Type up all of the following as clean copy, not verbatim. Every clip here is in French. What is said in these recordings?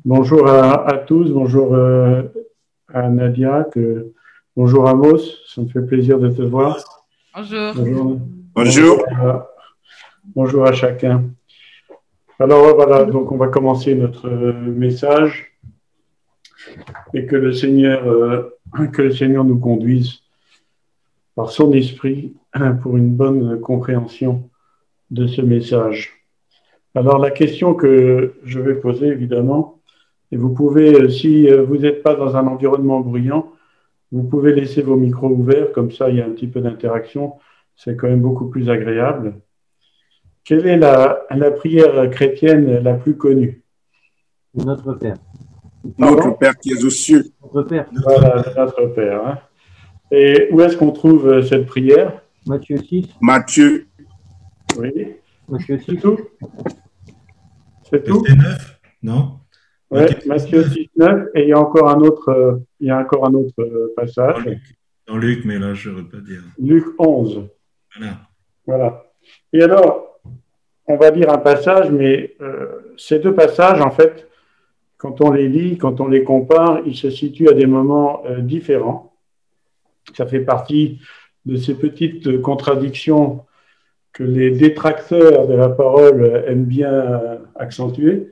Bonjour à tous, bonjour à Nadia, bonjour Amos, ça me fait plaisir de te voir. Bonjour. Bonjour, Bonjour. bonjour à chacun. Alors voilà, donc on va commencer notre message et que le Seigneur nous conduise par son esprit pour une bonne compréhension de ce message. Alors la question que je vais poser évidemment, et vous pouvez, si vous n'êtes pas dans un environnement bruyant, vous pouvez laisser vos micros ouverts, comme ça il y a un petit peu d'interaction, c'est quand même beaucoup plus agréable. Quelle est la prière chrétienne la plus connue? Notre Père. Notre Père qui es aux cieux. Notre Père. Voilà, notre Père. Hein. Et où est-ce qu'on trouve cette prière? Matthieu 6. Matthieu. Oui. Matthieu 6. C'est tout? C'est tout? Verset 9, non? Oui, Matthieu 6, 9. Et il y a encore un autre, passage. Dans Luc, mais là, je ne veux pas dire. Luc 11. Voilà. Voilà. Et alors, on va lire un passage, mais ces deux passages, en fait, quand on les lit, quand on les compare, ils se situent à des moments différents. Ça fait partie de ces petites contradictions que les détracteurs de la parole aiment bien accentuer.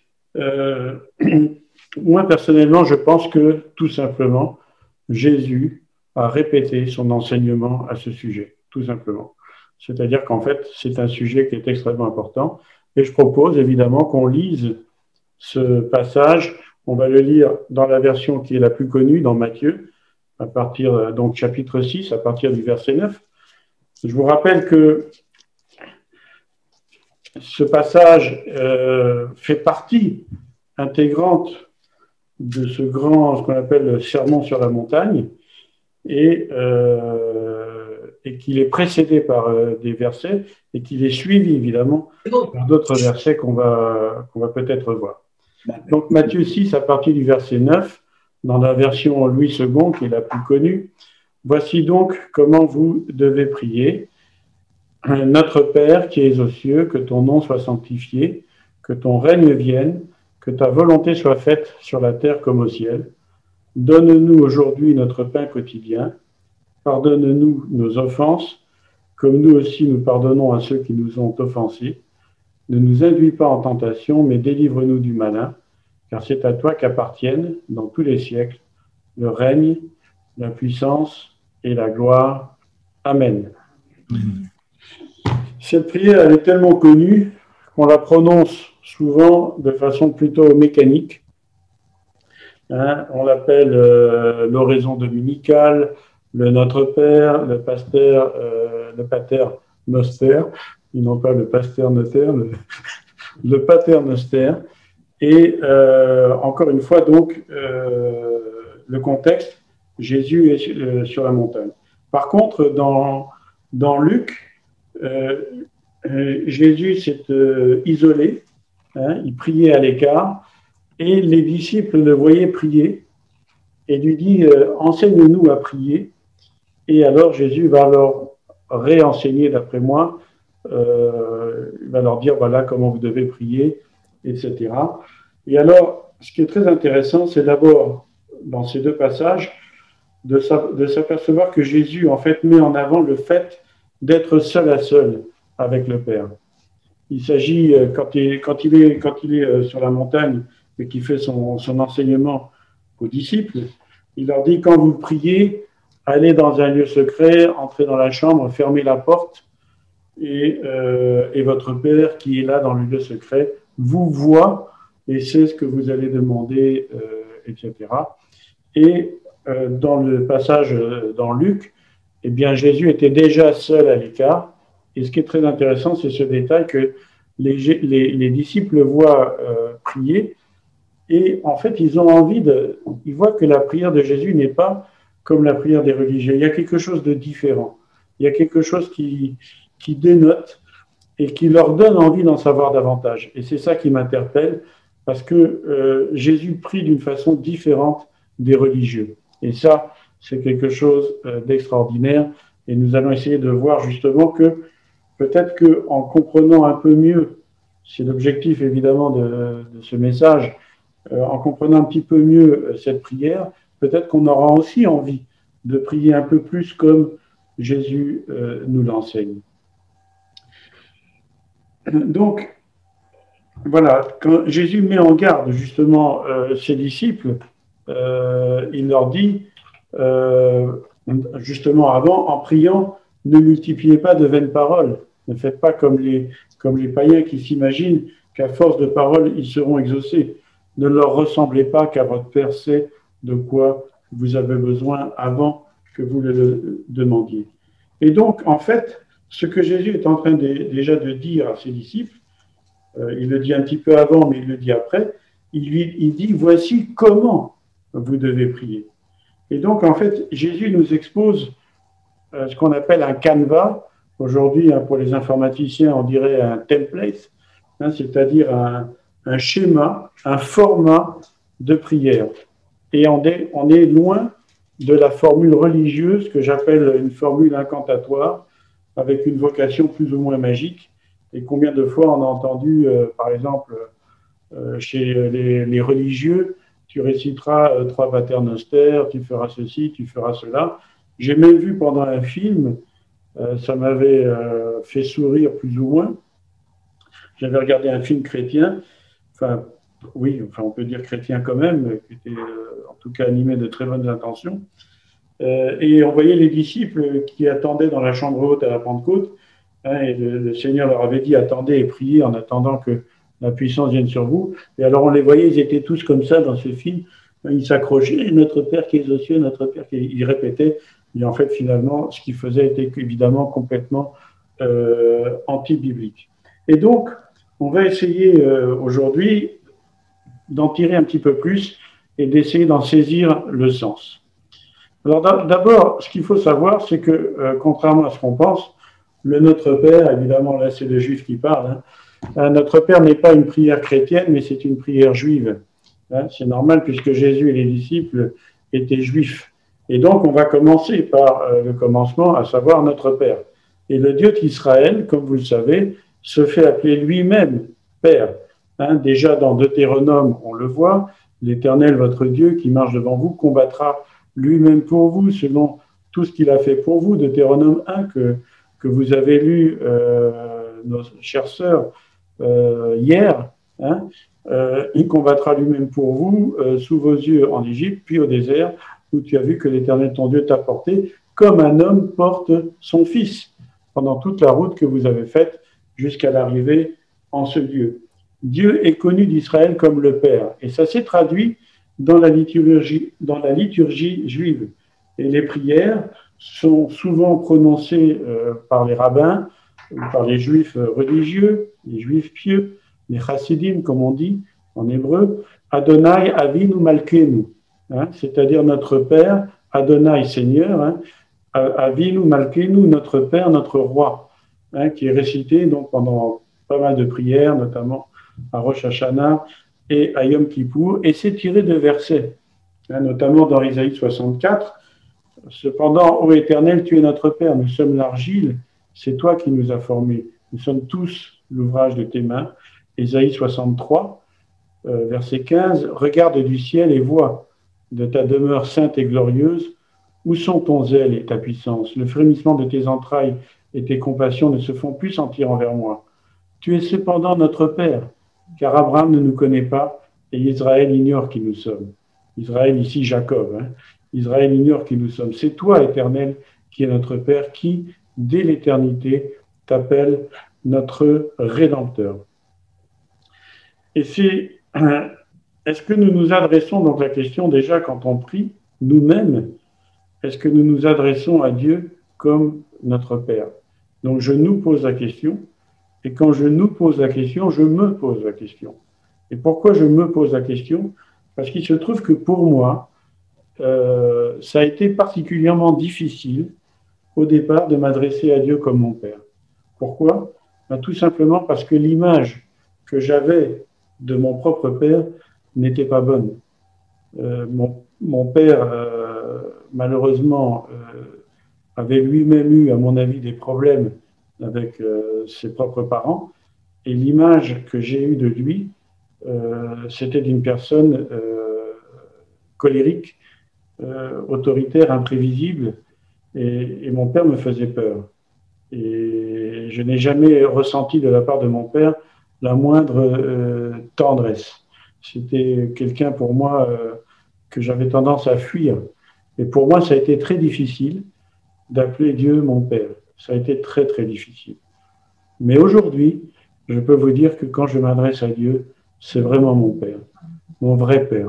Moi, personnellement, je pense que, tout simplement, Jésus a répété son enseignement à ce sujet, tout simplement. C'est-à-dire qu'en fait, c'est un sujet qui est extrêmement important. Et je propose évidemment qu'on lise ce passage. On va le lire dans la version qui est la plus connue, dans Matthieu, à partir, donc chapitre 6, à partir du verset 9. Je vous rappelle que ce passage fait partie intégrante de ce qu'on appelle le sermon sur la montagne, et qu'il est précédé par des versets et qu'il est suivi évidemment par d'autres versets qu'on va peut-être voir. Donc Matthieu 6 à partir du verset 9, dans la version Louis II qui est la plus connue, voici donc comment vous devez prier. Notre Père qui es aux cieux, que ton nom soit sanctifié, que ton règne vienne, que ta volonté soit faite sur la terre comme au ciel. Donne-nous aujourd'hui notre pain quotidien. Pardonne-nous nos offenses, comme nous aussi nous pardonnons à ceux qui nous ont offensés. Ne nous induis pas en tentation, mais délivre-nous du malin, car c'est à toi qu'appartiennent, dans tous les siècles, le règne, la puissance et la gloire. Amen. Cette prière, elle est tellement connue qu'on la prononce souvent de façon plutôt mécanique. Hein, on l'appelle l'oraison dominicale, le Notre Père, le Pater Noster, et non pas le Pasteur Notaire, le Pater Noster. Et encore une fois, donc, le contexte, Jésus est sur la montagne. Par contre, dans Luc, Jésus s'est isolé, hein, il priait à l'écart, et les disciples le voyaient prier et lui dit enseigne-nous à prier. Et alors Jésus va leur réenseigner, d'après moi, il va leur dire voilà comment vous devez prier, etc. Et alors, ce qui est très intéressant, c'est d'abord, dans ces deux passages, de s'apercevoir que Jésus, en fait, met en avant le fait d'être seul à seul avec le Père. Il s'agit, quand il est sur la montagne et qu'il fait son enseignement aux disciples, il leur dit, quand vous priez, allez dans un lieu secret, entrez dans la chambre, fermez la porte, et votre Père qui est là dans le lieu secret vous voit et sait ce que vous allez demander, etc. Et dans le passage dans Luc, eh bien, Jésus était déjà seul à l'écart. Et ce qui est très intéressant, c'est ce détail que les disciples voient prier. Et en fait, ils voient que la prière de Jésus n'est pas comme la prière des religieux. Il y a quelque chose de différent. Il y a quelque chose qui dénote et qui leur donne envie d'en savoir davantage. Et c'est ça qui m'interpelle, parce que Jésus prie d'une façon différente des religieux. Et ça, c'est quelque chose d'extraordinaire. Et nous allons essayer de voir justement que peut-être qu'en comprenant un peu mieux, c'est l'objectif évidemment de ce message, en comprenant un petit peu mieux cette prière, peut-être qu'on aura aussi envie de prier un peu plus comme Jésus nous l'enseigne. Donc, voilà, quand Jésus met en garde justement ses disciples, il leur dit, justement avant, en priant, ne multipliez pas de vaines paroles. Ne faites pas comme les païens qui s'imaginent qu'à force de paroles, ils seront exaucés. Ne leur ressemblez pas, car votre Père sait de quoi vous avez besoin avant que vous le demandiez. Et donc, en fait, ce que Jésus est en train déjà de dire à ses disciples, il le dit un petit peu avant, mais il le dit après, il dit, voici comment vous devez prier. Et donc, en fait, Jésus nous expose ce qu'on appelle un canevas. Aujourd'hui, pour les informaticiens, on dirait un template, c'est-à-dire un schéma, un format de prière. Et on est loin de la formule religieuse que j'appelle une formule incantatoire, avec une vocation plus ou moins magique. Et combien de fois on a entendu, par exemple, chez les religieux, tu réciteras 3 paternosters, tu feras ceci, tu feras cela. J'ai même vu pendant un film, ça m'avait fait sourire plus ou moins. J'avais regardé un film chrétien, on peut dire chrétien quand même, qui était en tout cas animé de très bonnes intentions. Et on voyait les disciples qui attendaient dans la chambre haute à la Pentecôte, et le Seigneur leur avait dit attendez et priez en attendant que la puissance vienne sur vous. Et alors on les voyait, ils étaient tous comme ça dans ce film, ils s'accrochaient, notre Père qui est aux cieux, notre Père qui est... Ils répétaient, et en fait finalement ce qu'ils faisaient était évidemment complètement anti-biblique. Et donc on va essayer aujourd'hui d'en tirer un petit peu plus et d'essayer d'en saisir le sens. Alors d'abord, ce qu'il faut savoir, c'est que contrairement à ce qu'on pense, le Notre Père, évidemment là c'est le juif qui parle, Notre Père n'est pas une prière chrétienne, mais c'est une prière juive. C'est normal puisque Jésus et les disciples étaient juifs. Et donc on va commencer par le commencement, à savoir Notre Père. Et le Dieu d'Israël, comme vous le savez, se fait appeler lui-même Père. Déjà dans Deutéronome, on le voit, l'Éternel, votre Dieu, qui marche devant vous, combattra lui-même pour vous, selon tout ce qu'il a fait pour vous. Deutéronome 1, que vous avez lu, nos chères sœurs, hier. Il combattra lui-même pour vous, sous vos yeux en Égypte, puis au désert, où tu as vu que l'Éternel, ton Dieu, t'a porté, comme un homme porte son fils, pendant toute la route que vous avez faite jusqu'à l'arrivée en ce lieu. Dieu est connu d'Israël comme le Père, et ça s'est traduit dans la liturgie juive. Et les prières sont souvent prononcées par les rabbins, ou par les juifs religieux, les juifs pieux, les chassidim, comme on dit en hébreu, Adonai Avinu Malkeinu, c'est-à-dire notre Père, Adonai Seigneur, Avinu Malkeinu, notre Père, notre Roi, qui est récité donc pendant pas mal de prières, notamment à Rosh Hashanah et à Yom Kippour, et c'est tiré de versets, notamment dans Isaïe 64. Cependant, ô Éternel, tu es notre Père, nous sommes l'argile, c'est toi qui nous as formés, nous sommes tous l'ouvrage de tes mains. Isaïe 63, verset 15, regarde du ciel et vois de ta demeure sainte et glorieuse, où sont ton zèle et ta puissance? Le frémissement de tes entrailles et tes compassions ne se font plus sentir envers moi. Tu es cependant notre Père, car Abraham ne nous connaît pas et Israël ignore qui nous sommes. Israël ici, Jacob. Israël ignore qui nous sommes. C'est toi, Éternel, qui est notre Père, qui, dès l'éternité, t'appelle notre Rédempteur. Et est-ce que nous nous adressons, donc la question déjà quand on prie, nous-mêmes, est-ce que nous nous adressons à Dieu comme notre Père? Donc je nous pose la question, et quand je nous pose la question, je me pose la question. Et pourquoi je me pose la question? Parce qu'il se trouve que pour moi, ça a été particulièrement difficile au départ de m'adresser à Dieu comme mon Père. Pourquoi? Tout simplement parce que l'image que j'avais de mon propre père n'était pas bonne. Mon père, malheureusement, avait lui-même eu, à mon avis, des problèmes avec ses propres parents. Et l'image que j'ai eue de lui c'était d'une personne colérique, autoritaire, imprévisible, et mon père me faisait peur. Et je n'ai jamais ressenti de la part de mon père la moindre tendresse. C'était quelqu'un pour moi que j'avais tendance à fuir. Et pour moi, ça a été très difficile d'appeler Dieu mon père. Ça a été très, très difficile. Mais aujourd'hui, je peux vous dire que quand je m'adresse à Dieu, c'est vraiment mon père, mon vrai père.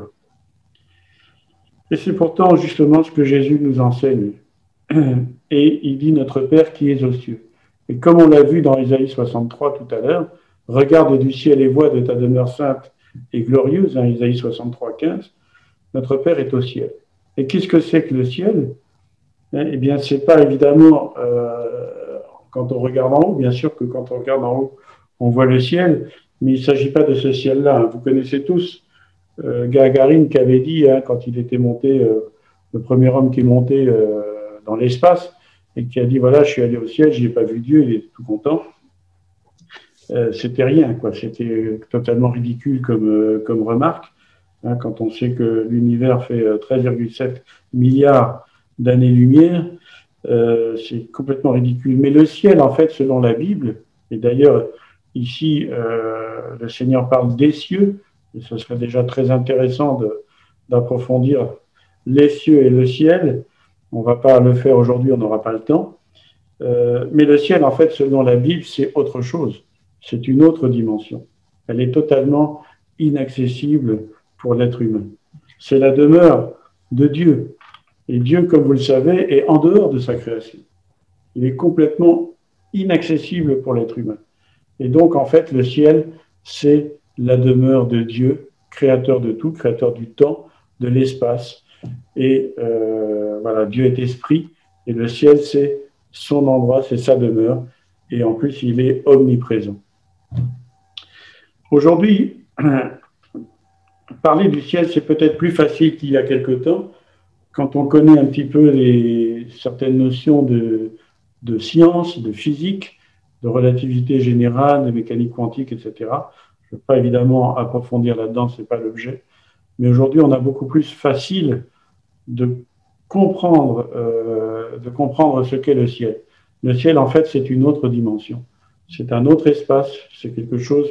Et c'est pourtant justement ce que Jésus nous enseigne. Et il dit notre Père qui est aux cieux. Et comme on l'a vu dans Isaïe 63 tout à l'heure, regarde du ciel et vois de ta demeure sainte et glorieuse, Isaïe 63, 15, notre Père est au ciel. Et qu'est-ce que c'est que le ciel? Eh bien, c'est pas évidemment quand on regarde en haut, bien sûr que quand on regarde en haut, on voit le ciel, mais il ne s'agit pas de ce ciel-là. Vous connaissez tous Gagarine qui avait dit, quand il était monté, le premier homme qui est monté dans l'espace, et qui a dit, voilà, je suis allé au ciel, je n'ai pas vu Dieu, il est tout content. C'était rien, quoi. C'était totalement ridicule comme remarque, quand on sait que l'univers fait 13,7 milliards d'années-lumière, c'est complètement ridicule. Mais le ciel, en fait, selon la Bible, et d'ailleurs, ici, le Seigneur parle des cieux, et ce serait déjà très intéressant d'approfondir les cieux et le ciel. On ne va pas le faire aujourd'hui, on n'aura pas le temps. Mais le ciel, en fait, selon la Bible, c'est autre chose. C'est une autre dimension. Elle est totalement inaccessible pour l'être humain. C'est la demeure de Dieu. Et Dieu, comme vous le savez, est en dehors de sa création. Il est complètement inaccessible pour l'être humain. Et donc, en fait, le ciel, c'est la demeure de Dieu, créateur de tout, créateur du temps, de l'espace. Et voilà, Dieu est esprit, et le ciel, c'est son endroit, c'est sa demeure. Et en plus, il est omniprésent. Aujourd'hui, parler du ciel, c'est peut-être plus facile qu'il y a quelque temps, quand on connaît un petit peu certaines notions de science, de physique, de relativité générale, de mécanique quantique, etc. Je ne veux pas évidemment approfondir là-dedans, ce n'est pas l'objet. Mais aujourd'hui, on a beaucoup plus facile de comprendre ce qu'est le ciel. Le ciel, en fait, c'est une autre dimension. C'est un autre espace, c'est quelque chose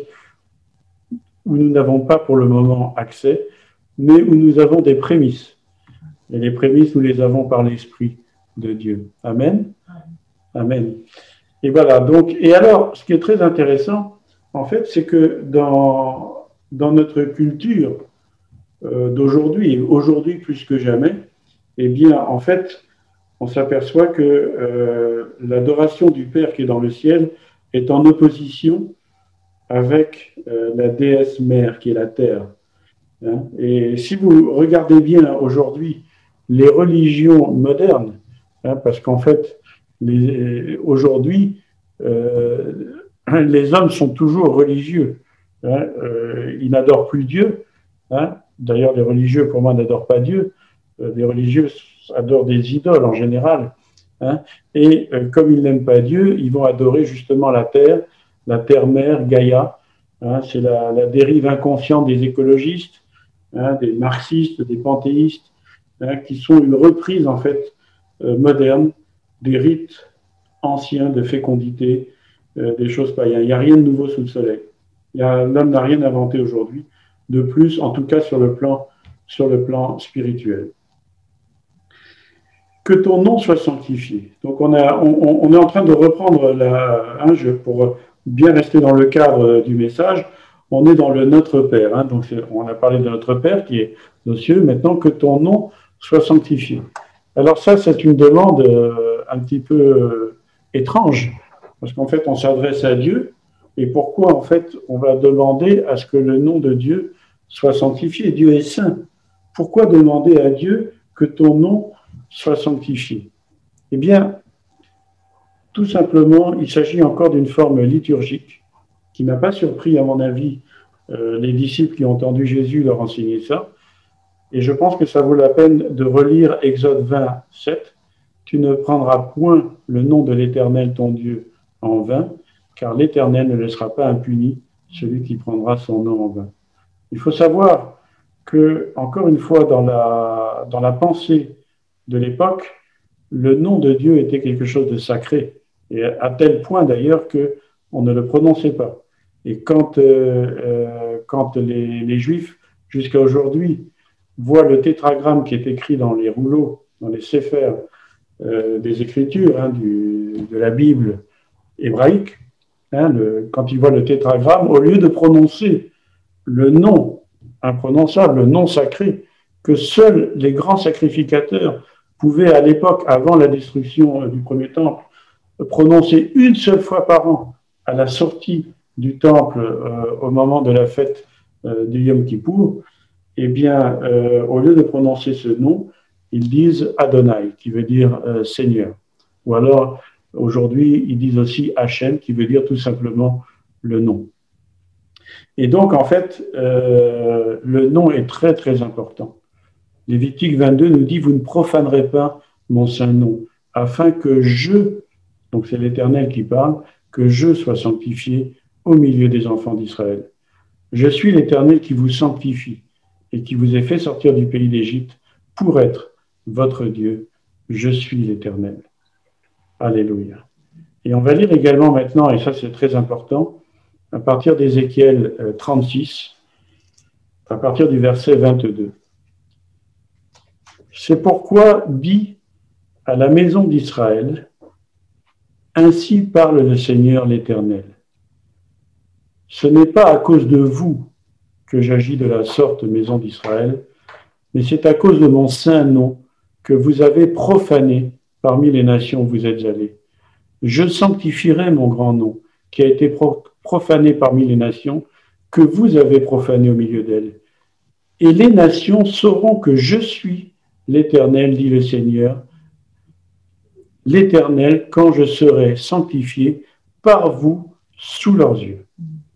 où nous n'avons pas pour le moment accès, mais où nous avons des prémices. Et les prémices, nous les avons par l'Esprit de Dieu. Amen. Amen. Et voilà. Donc, et alors, ce qui est très intéressant, en fait, c'est que dans notre culture d'aujourd'hui, aujourd'hui plus que jamais, eh bien, en fait, on s'aperçoit que l'adoration du Père qui est dans le ciel est en opposition avec la déesse mère qui est la terre. Et si vous regardez bien aujourd'hui les religions modernes, parce qu'en fait, aujourd'hui, les hommes sont toujours religieux. Ils n'adorent plus Dieu. D'ailleurs, les religieux, pour moi, n'adorent pas Dieu. Les religieux adorent des idoles en général. Et comme ils n'aiment pas Dieu, ils vont adorer justement la terre mère, Gaïa. C'est la dérive inconsciente des écologistes, des marxistes, des panthéistes, qui sont une reprise en fait moderne des rites anciens de fécondité, des choses païennes. Il n'y a rien de nouveau sous le soleil. L'homme n'a rien inventé aujourd'hui, de plus, en tout cas sur le plan spirituel. Que ton nom soit sanctifié. Donc on est en train de reprendre pour bien rester dans le cadre du message. On est dans le Notre Père. Donc on a parlé de Notre Père qui est aux cieux. Maintenant, que ton nom soit sanctifié. Alors ça, c'est une demande un petit peu étrange, parce qu'en fait, on s'adresse à Dieu. Et pourquoi, en fait, on va demander à ce que le nom de Dieu soit sanctifié? Dieu est saint. Pourquoi demander à Dieu que ton nom soit sanctifié? Eh bien, tout simplement, il s'agit encore d'une forme liturgique qui n'a pas surpris, à mon avis, les disciples qui ont entendu Jésus leur enseigner ça. Et je pense que ça vaut la peine de relire Exode 27. Tu ne prendras point le nom de l'Éternel ton Dieu en vain, car l'Éternel ne laissera pas impuni celui qui prendra son nom en vain. Il faut savoir que, encore une fois, dans la pensée de l'époque, le nom de Dieu était quelque chose de sacré, et à tel point d'ailleurs qu'on ne le prononçait pas. Et quand les Juifs, jusqu'à aujourd'hui, voient le tétragramme qui est écrit dans les rouleaux, dans les séphers des Écritures, de la Bible hébraïque, quand ils voient le tétragramme, au lieu de prononcer le nom imprononçable, le nom sacré, que seuls les grands sacrificateurs pouvaient à l'époque, avant la destruction du premier temple, prononcer une seule fois par an à la sortie du temple au moment de la fête du Yom Kippour, eh bien, au lieu de prononcer ce nom, ils disent Adonai, qui veut dire Seigneur. Ou alors, aujourd'hui, ils disent aussi Hachem, qui veut dire tout simplement le nom. Et donc, en fait, le nom est très, très important. Lévitique 22 nous dit, vous ne profanerez pas mon saint nom, afin que je, donc c'est l'Éternel qui parle, que je sois sanctifié au milieu des enfants d'Israël. Je suis l'Éternel qui vous sanctifie et qui vous ai fait sortir du pays d'Égypte pour être votre Dieu. Je suis l'Éternel. Alléluia. Et on va lire également maintenant, et ça c'est très important, à partir d'Ézéchiel 36, à partir du verset 22. C'est pourquoi dit à la maison d'Israël, ainsi parle le Seigneur l'Éternel. Ce n'est pas à cause de vous que j'agis de la sorte, maison d'Israël, mais c'est à cause de mon saint nom que vous avez profané parmi les nations où vous êtes allés. Je sanctifierai mon grand nom, qui a été profané parmi les nations, que vous avez profané au milieu d'elles. Et les nations sauront que je suis l'Éternel, dit le Seigneur, l'Éternel, quand je serai sanctifié par vous sous leurs yeux.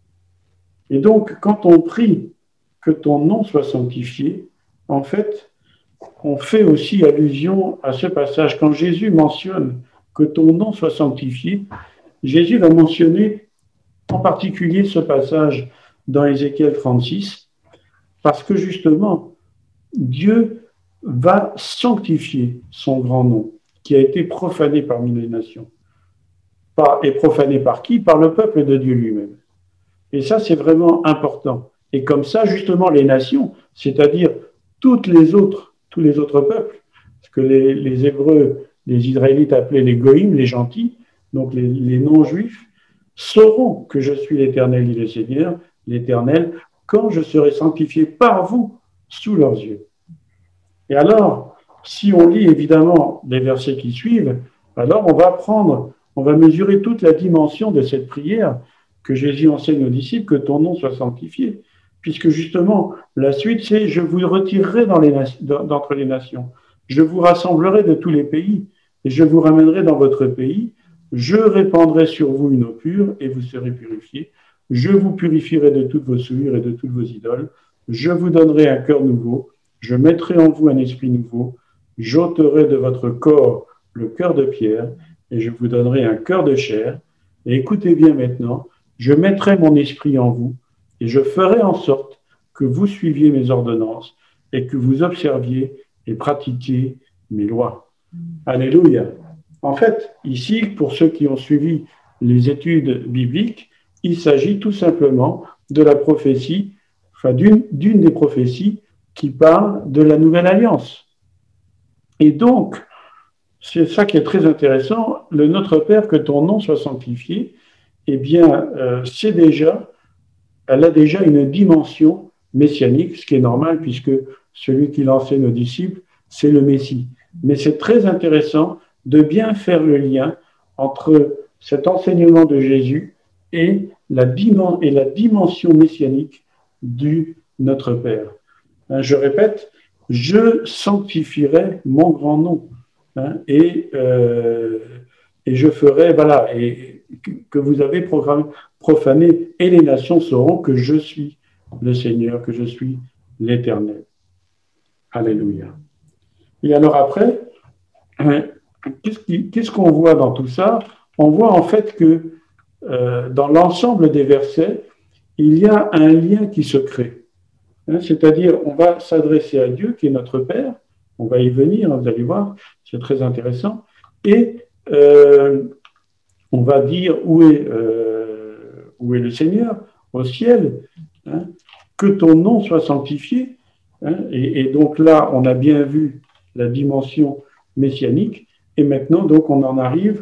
Et donc, quand on prie que ton nom soit sanctifié, en fait, on fait aussi allusion à ce passage. Quand Jésus mentionne que ton nom soit sanctifié, Jésus va mentionner en particulier ce passage dans Ézéchiel 36, parce que justement, Dieu va sanctifier son grand nom, qui a été profané parmi les nations. Et profané par qui? Par le peuple de Dieu lui-même. Et ça, c'est vraiment important. Et comme ça, justement, les nations, c'est-à-dire tous les autres peuples, ce que les Hébreux, les Israélites appelaient les goïms, les gentils, donc les non-juifs, sauront que je suis l'Éternel, dit le Seigneur, l'Éternel, quand je serai sanctifié par vous sous leurs yeux. Et alors, si on lit évidemment les versets qui suivent, alors on va mesurer toute la dimension de cette prière que Jésus enseigne aux disciples, que ton nom soit sanctifié. Puisque justement, la suite, c'est « Je vous retirerai d'entre les nations, je vous rassemblerai de tous les pays, et je vous ramènerai dans votre pays, je répandrai sur vous une eau pure, et vous serez purifiés, je vous purifierai de toutes vos souillures et de toutes vos idoles, je vous donnerai un cœur nouveau, je mettrai en vous un esprit nouveau, j'ôterai de votre corps le cœur de pierre, et je vous donnerai un cœur de chair, et écoutez bien maintenant, je mettrai mon esprit en vous, et je ferai en sorte que vous suiviez mes ordonnances et que vous observiez et pratiquiez mes lois. Alléluia. En fait, ici, pour ceux qui ont suivi les études bibliques, il s'agit tout simplement de la prophétie, enfin d'une des prophéties qui parle de la nouvelle alliance. Et donc, c'est ça qui est très intéressant, le Notre Père, que ton nom soit sanctifié, eh bien, elle a déjà une dimension messianique, ce qui est normal puisque celui qui l'enseigne aux disciples, c'est le Messie. Mais c'est très intéressant de bien faire le lien entre cet enseignement de Jésus et la dimension messianique du Notre Père. Je répète, je sanctifierai mon grand nom et je ferai, voilà, et que vous avez profané, et les nations sauront que je suis le Seigneur, que je suis l'Éternel. Alléluia. Et alors après, qu'est-ce qu'on voit dans tout ça? On voit en fait que dans l'ensemble des versets, il y a un lien qui se crée. C'est-à-dire, on va s'adresser à Dieu, qui est notre Père. On va y venir, vous allez voir, c'est très intéressant. Et on va dire où est le Seigneur au ciel, que ton nom soit sanctifié. Et donc là, on a bien vu la dimension messianique. Et maintenant, donc, on en arrive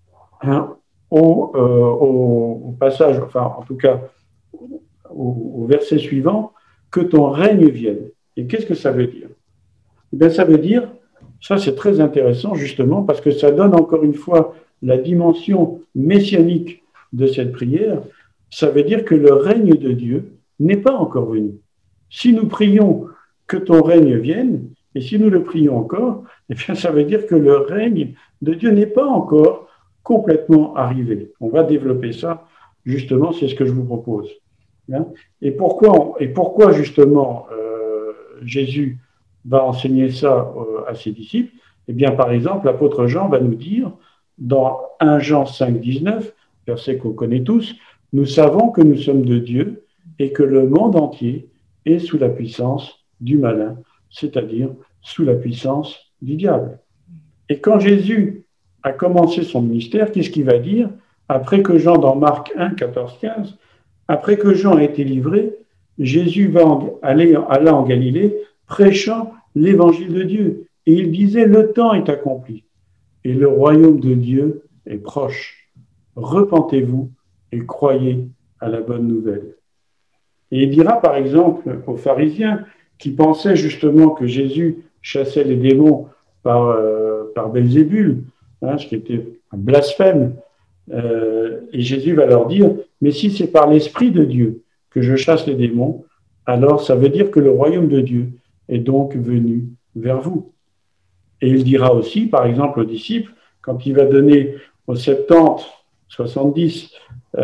au passage, enfin, en tout cas, au verset suivant, que ton règne vienne. Et qu'est-ce que ça veut dire? Eh bien, ça veut dire, ça c'est très intéressant justement, parce que ça donne encore une fois la dimension messianique de cette prière. Ça veut dire que le règne de Dieu n'est pas encore venu. Si nous prions que ton règne vienne, et si nous le prions encore, eh bien, ça veut dire que le règne de Dieu n'est pas encore complètement arrivé. On va développer ça, justement, c'est ce que je vous propose. Et pourquoi justement, Jésus va enseigner ça à ses disciples? Eh bien, par exemple, l'apôtre Jean va nous dire, dans 1 Jean 5, 19, verset qu'on connaît tous, « Nous savons que nous sommes de Dieu et que le monde entier est sous la puissance du malin, c'est-à-dire sous la puissance du diable. » Et quand Jésus a commencé son ministère, qu'est-ce qu'il va dire? Après que Jean, dans Marc 1, 14, 15, après que Jean a été livré, Jésus alla en Galilée, prêchant l'évangile de Dieu. Et il disait, le temps est accompli et le royaume de Dieu est proche. Repentez-vous et croyez à la bonne nouvelle. Et il dira par exemple aux pharisiens qui pensaient justement que Jésus chassait les démons par Belzébul, ce qui était un blasphème, et Jésus va leur dire, mais si c'est par l'Esprit de Dieu que je chasse les démons, alors ça veut dire que le royaume de Dieu est donc venu vers vous. Et il dira aussi, par exemple, aux disciples, quand il va donner aux 70, 70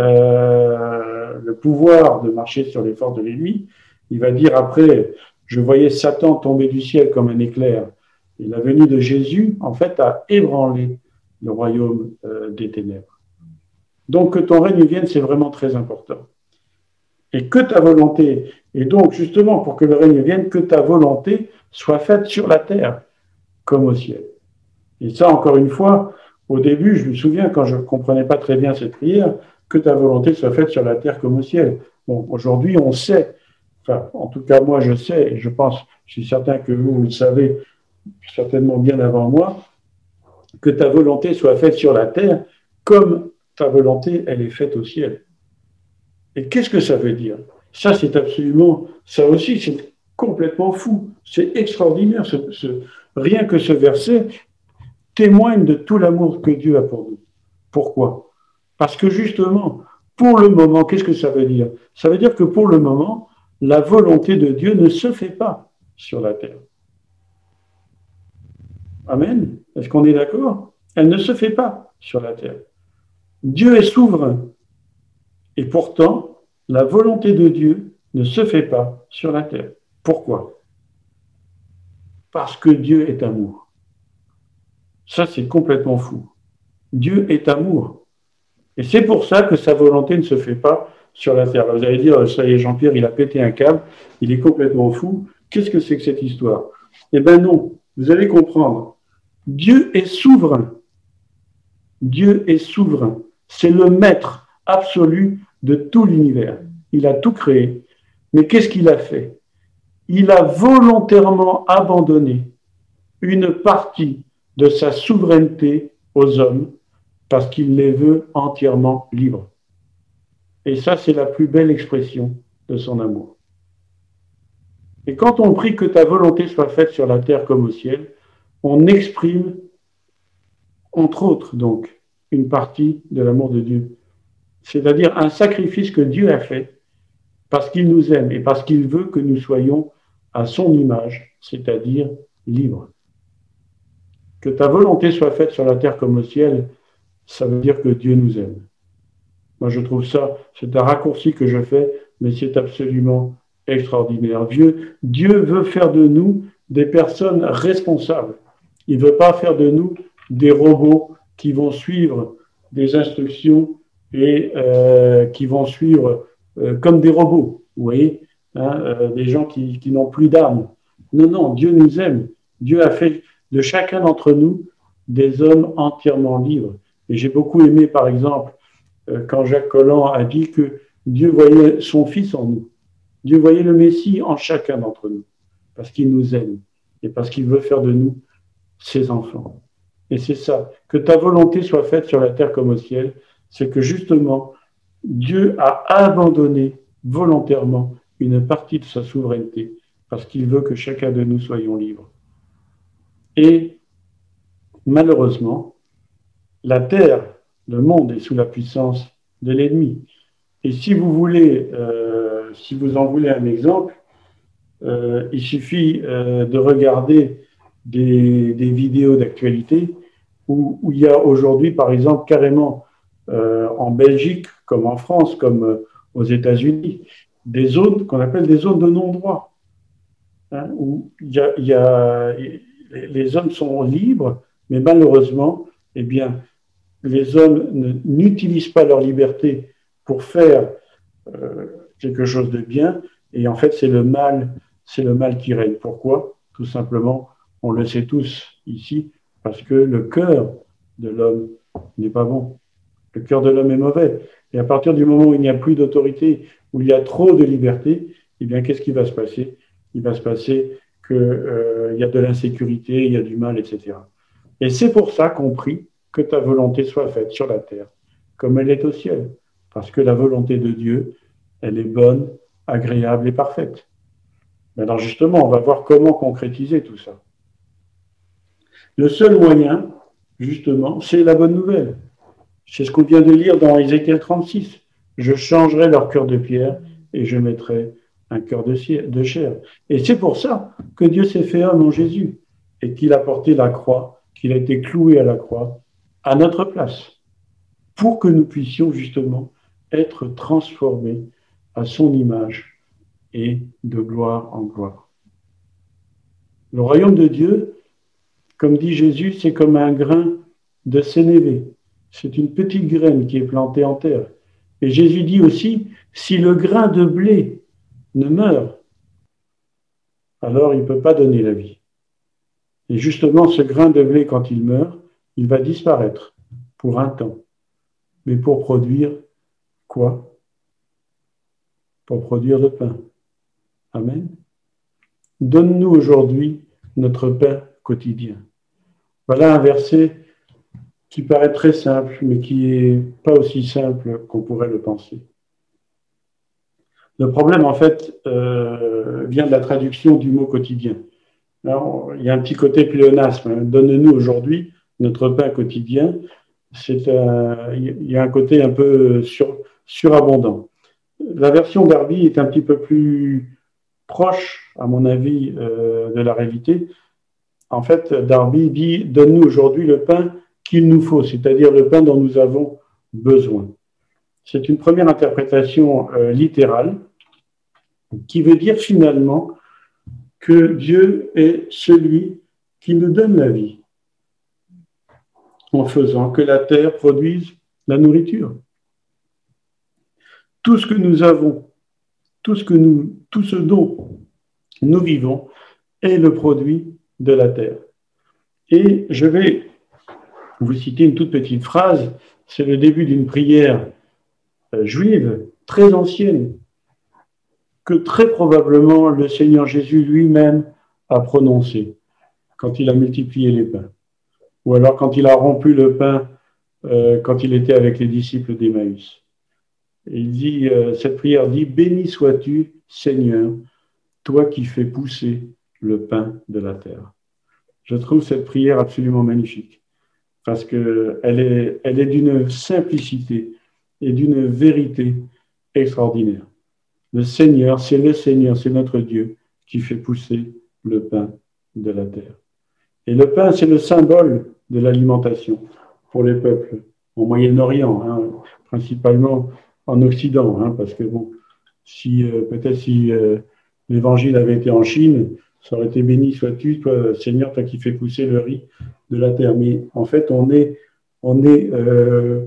le pouvoir de marcher sur les forces de l'ennemi, il va dire après, je voyais Satan tomber du ciel comme un éclair. Et la venue de Jésus, en fait, a ébranlé le royaume des ténèbres. Donc, que ton règne vienne, c'est vraiment très important. Et que ta volonté, et donc justement, pour que le règne vienne, que ta volonté soit faite sur la terre comme au ciel. Et ça, encore une fois, au début, je me souviens, quand je ne comprenais pas très bien cette prière, que ta volonté soit faite sur la terre comme au ciel. Bon, aujourd'hui, on sait, enfin, en tout cas, moi, je sais, et je pense, je suis certain que vous le savez certainement bien avant moi, que ta volonté soit faite sur la terre comme ta volonté, elle est faite au ciel. Et qu'est-ce que ça veut dire? Ça, c'est absolument, ça aussi, c'est complètement fou. C'est extraordinaire. Rien que ce verset témoigne de tout l'amour que Dieu a pour nous. Pourquoi? Parce que justement, pour le moment, qu'est-ce que ça veut dire? Ça veut dire que pour le moment, la volonté de Dieu ne se fait pas sur la terre. Amen. Est-ce qu'on est d'accord? Elle ne se fait pas sur la terre. Dieu est souverain. Et pourtant, la volonté de Dieu ne se fait pas sur la terre. Pourquoi? Parce que Dieu est amour. Ça, c'est complètement fou. Dieu est amour. Et c'est pour ça que sa volonté ne se fait pas sur la terre. Vous allez dire, ça y est, Jean-Pierre, il a pété un câble, il est complètement fou. Qu'est-ce que c'est que cette histoire? Eh bien non, vous allez comprendre. Dieu est souverain. Dieu est souverain. C'est le maître absolu de tout l'univers. Il a tout créé. Mais qu'est-ce qu'il a fait? Il a volontairement abandonné une partie de sa souveraineté aux hommes parce qu'il les veut entièrement libres. Et ça, c'est la plus belle expression de son amour. Et quand on prie que ta volonté soit faite sur la terre comme au ciel, on exprime, entre autres, donc, une partie de l'amour de Dieu. C'est-à-dire un sacrifice que Dieu a fait parce qu'il nous aime et parce qu'il veut que nous soyons à son image, c'est-à-dire libres. Que ta volonté soit faite sur la terre comme au ciel, ça veut dire que Dieu nous aime. Moi, je trouve ça, c'est un raccourci que je fais, mais c'est absolument extraordinaire. Dieu veut faire de nous des personnes responsables. Il ne veut pas faire de nous des robots qui vont suivre des instructions et qui vont suivre comme des robots. Vous voyez, des gens qui n'ont plus d'âme. Non, non, Dieu nous aime. Dieu a fait de chacun d'entre nous des hommes entièrement libres. Et j'ai beaucoup aimé, par exemple, quand Jacques Collant a dit que Dieu voyait son Fils en nous. Dieu voyait le Messie en chacun d'entre nous, parce qu'il nous aime et parce qu'il veut faire de nous ses enfants. Et c'est ça, que ta volonté soit faite sur la terre comme au ciel, c'est que justement, Dieu a abandonné volontairement une partie de sa souveraineté, parce qu'il veut que chacun de nous soyons libres. Et malheureusement, la terre, le monde est sous la puissance de l'ennemi. Et si vous voulez, si vous en voulez un exemple, il suffit de regarder des vidéos d'actualité où il y a aujourd'hui, par exemple, carrément en Belgique, comme en France, comme aux États-Unis, des zones qu'on appelle des zones de non-droit, où les hommes sont libres, mais malheureusement, eh bien, les hommes n'utilisent pas leur liberté pour faire quelque chose de bien, et en fait, c'est le mal qui règne. Pourquoi? Tout simplement, on le sait tous ici, parce que le cœur de l'homme n'est pas bon. Le cœur de l'homme est mauvais. Et à partir du moment où il n'y a plus d'autorité, où il y a trop de liberté, eh bien, qu'est-ce qui va se passer? Il va se passer qu'il y a de l'insécurité, il y a du mal, etc. Et c'est pour ça qu'on prie que ta volonté soit faite sur la terre, comme elle est au ciel. Parce que la volonté de Dieu, elle est bonne, agréable et parfaite. Alors justement, on va voir comment concrétiser tout ça. Le seul moyen, justement, c'est la bonne nouvelle. C'est ce qu'on vient de lire dans Ézéchiel 36. Je changerai leur cœur de pierre et je mettrai un cœur de chair. Et c'est pour ça que Dieu s'est fait homme en Jésus et qu'il a porté la croix, qu'il a été cloué à la croix à notre place, pour que nous puissions justement être transformés à son image et de gloire en gloire. Le royaume de Dieu, comme dit Jésus, c'est comme un grain de sénévé. C'est une petite graine qui est plantée en terre. Et Jésus dit aussi, si le grain de blé ne meurt, alors il ne peut pas donner la vie. Et justement, ce grain de blé, quand il meurt, il va disparaître pour un temps. Mais pour produire quoi? Pour produire le pain. Amen. Donne-nous aujourd'hui notre pain quotidien. Voilà un verset qui paraît très simple, mais qui n'est pas aussi simple qu'on pourrait le penser. Le problème, en fait, vient de la traduction du mot quotidien. Alors, il y a un petit côté pléonasme. Donne-nous aujourd'hui notre pain quotidien. Il y a un côté un peu surabondant. La version Darby est un petit peu plus proche, à mon avis, de la réalité. En fait, Darby dit « Donne-nous aujourd'hui le pain qu'il nous faut », c'est-à-dire le pain dont nous avons besoin. C'est une première interprétation littérale qui veut dire finalement que Dieu est celui qui nous donne la vie en faisant que la terre produise la nourriture. Tout ce que nous avons, tout ce dont nous vivons est le produit de la terre. Et je vais vous citer une toute petite phrase, c'est le début d'une prière juive très ancienne, que très probablement le Seigneur Jésus lui-même a prononcée quand il a multiplié les pains. Ou alors quand il a rompu le pain quand il était avec les disciples d'Emmaüs. Et il dit, cette prière dit « Béni sois-tu, Seigneur, toi qui fais pousser le pain de la terre. » Je trouve cette prière absolument magnifique parce qu'elle est d'une simplicité et d'une vérité extraordinaire. Le Seigneur, c'est notre Dieu qui fait pousser le pain de la terre. Et le pain, c'est le symbole de l'alimentation pour les peuples au Moyen-Orient, principalement en Occident, parce que bon, peut-être si l'évangile avait été en Chine, ça aurait été béni sois-tu, toi, Seigneur, toi qui fais pousser le riz de la terre. Mais en fait, on est en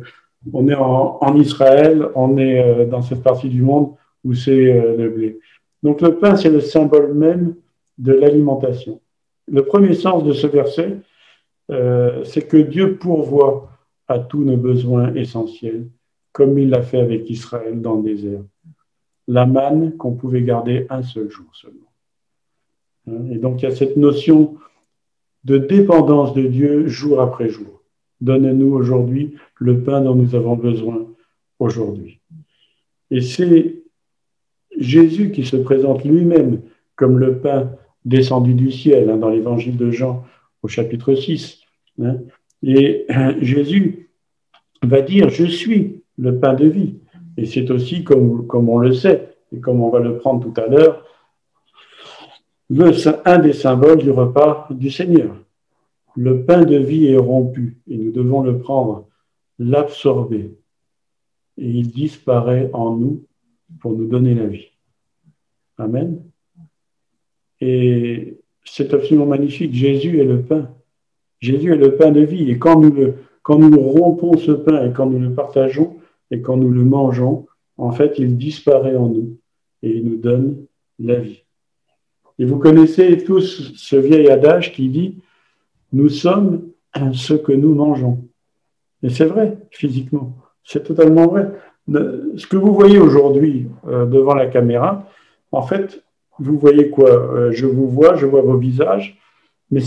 Israël, on est dans cette partie du monde où c'est le blé. Donc le pain, c'est le symbole même de l'alimentation. Le premier sens de ce verset, c'est que Dieu pourvoit à tous nos besoins essentiels, comme il l'a fait avec Israël dans le désert. La manne qu'on pouvait garder un seul jour seulement. Et donc il y a cette notion de dépendance de Dieu jour après jour. Donne-nous aujourd'hui le pain dont nous avons besoin aujourd'hui. Et c'est Jésus qui se présente lui-même comme le pain descendu du ciel, dans l'évangile de Jean au chapitre 6. Et Jésus va dire, je suis le pain de vie. Et c'est aussi, comme on le sait, et comme on va le prendre tout à l'heure, un des symboles du repas du Seigneur. Le pain de vie est rompu et nous devons le prendre, l'absorber. Et il disparaît en nous pour nous donner la vie. Amen. Et c'est absolument magnifique. Jésus est le pain. Jésus est le pain de vie. Et quand nous rompons ce pain et quand nous le partageons et quand nous le mangeons, en fait, il disparaît en nous et il nous donne la vie. Et vous connaissez tous ce vieil adage qui dit « Nous sommes ce que nous mangeons ». Et c'est vrai, physiquement. C'est totalement vrai. Ce que vous voyez aujourd'hui devant la caméra, en fait, vous voyez quoi? Je vous vois, je vois vos visages, mais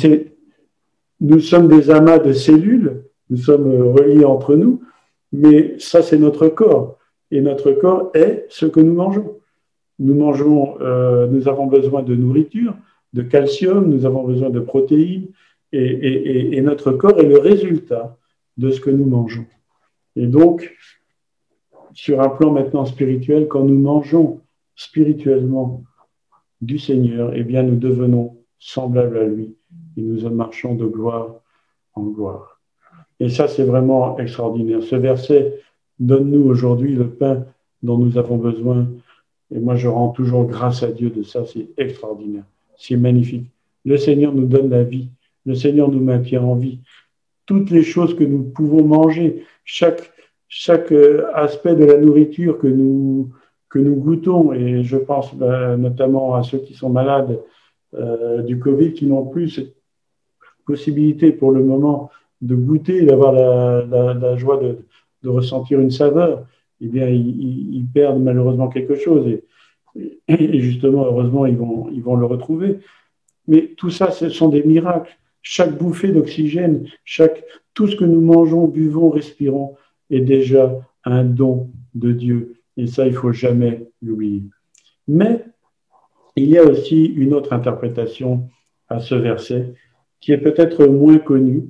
nous sommes des amas de cellules, nous sommes reliés entre nous, mais ça, c'est notre corps. Et notre corps est ce que nous mangeons. Nous avons besoin de nourriture, de calcium, nous avons besoin de protéines, et notre corps est le résultat de ce que nous mangeons. Et donc, sur un plan maintenant spirituel, quand nous mangeons spirituellement du Seigneur, eh bien, nous devenons semblables à lui et nous marchons de gloire en gloire. Et ça, c'est vraiment extraordinaire. Ce verset, donne-nous aujourd'hui le pain dont nous avons besoin. Et moi, je rends toujours grâce à Dieu de ça. C'est extraordinaire. C'est magnifique. Le Seigneur nous donne la vie. Le Seigneur nous maintient en vie. Toutes les choses que nous pouvons manger, chaque aspect de la nourriture que nous goûtons, et je pense notamment à ceux qui sont malades du Covid, qui n'ont plus cette possibilité pour le moment de goûter, d'avoir la joie de ressentir une saveur, eh bien, ils perdent malheureusement quelque chose. Et justement, heureusement, ils vont le retrouver. Mais tout ça, ce sont des miracles. Chaque bouffée d'oxygène, tout ce que nous mangeons, buvons, respirons, est déjà un don de Dieu. Et ça, il ne faut jamais l'oublier. Mais il y a aussi une autre interprétation à ce verset qui est peut-être moins connue.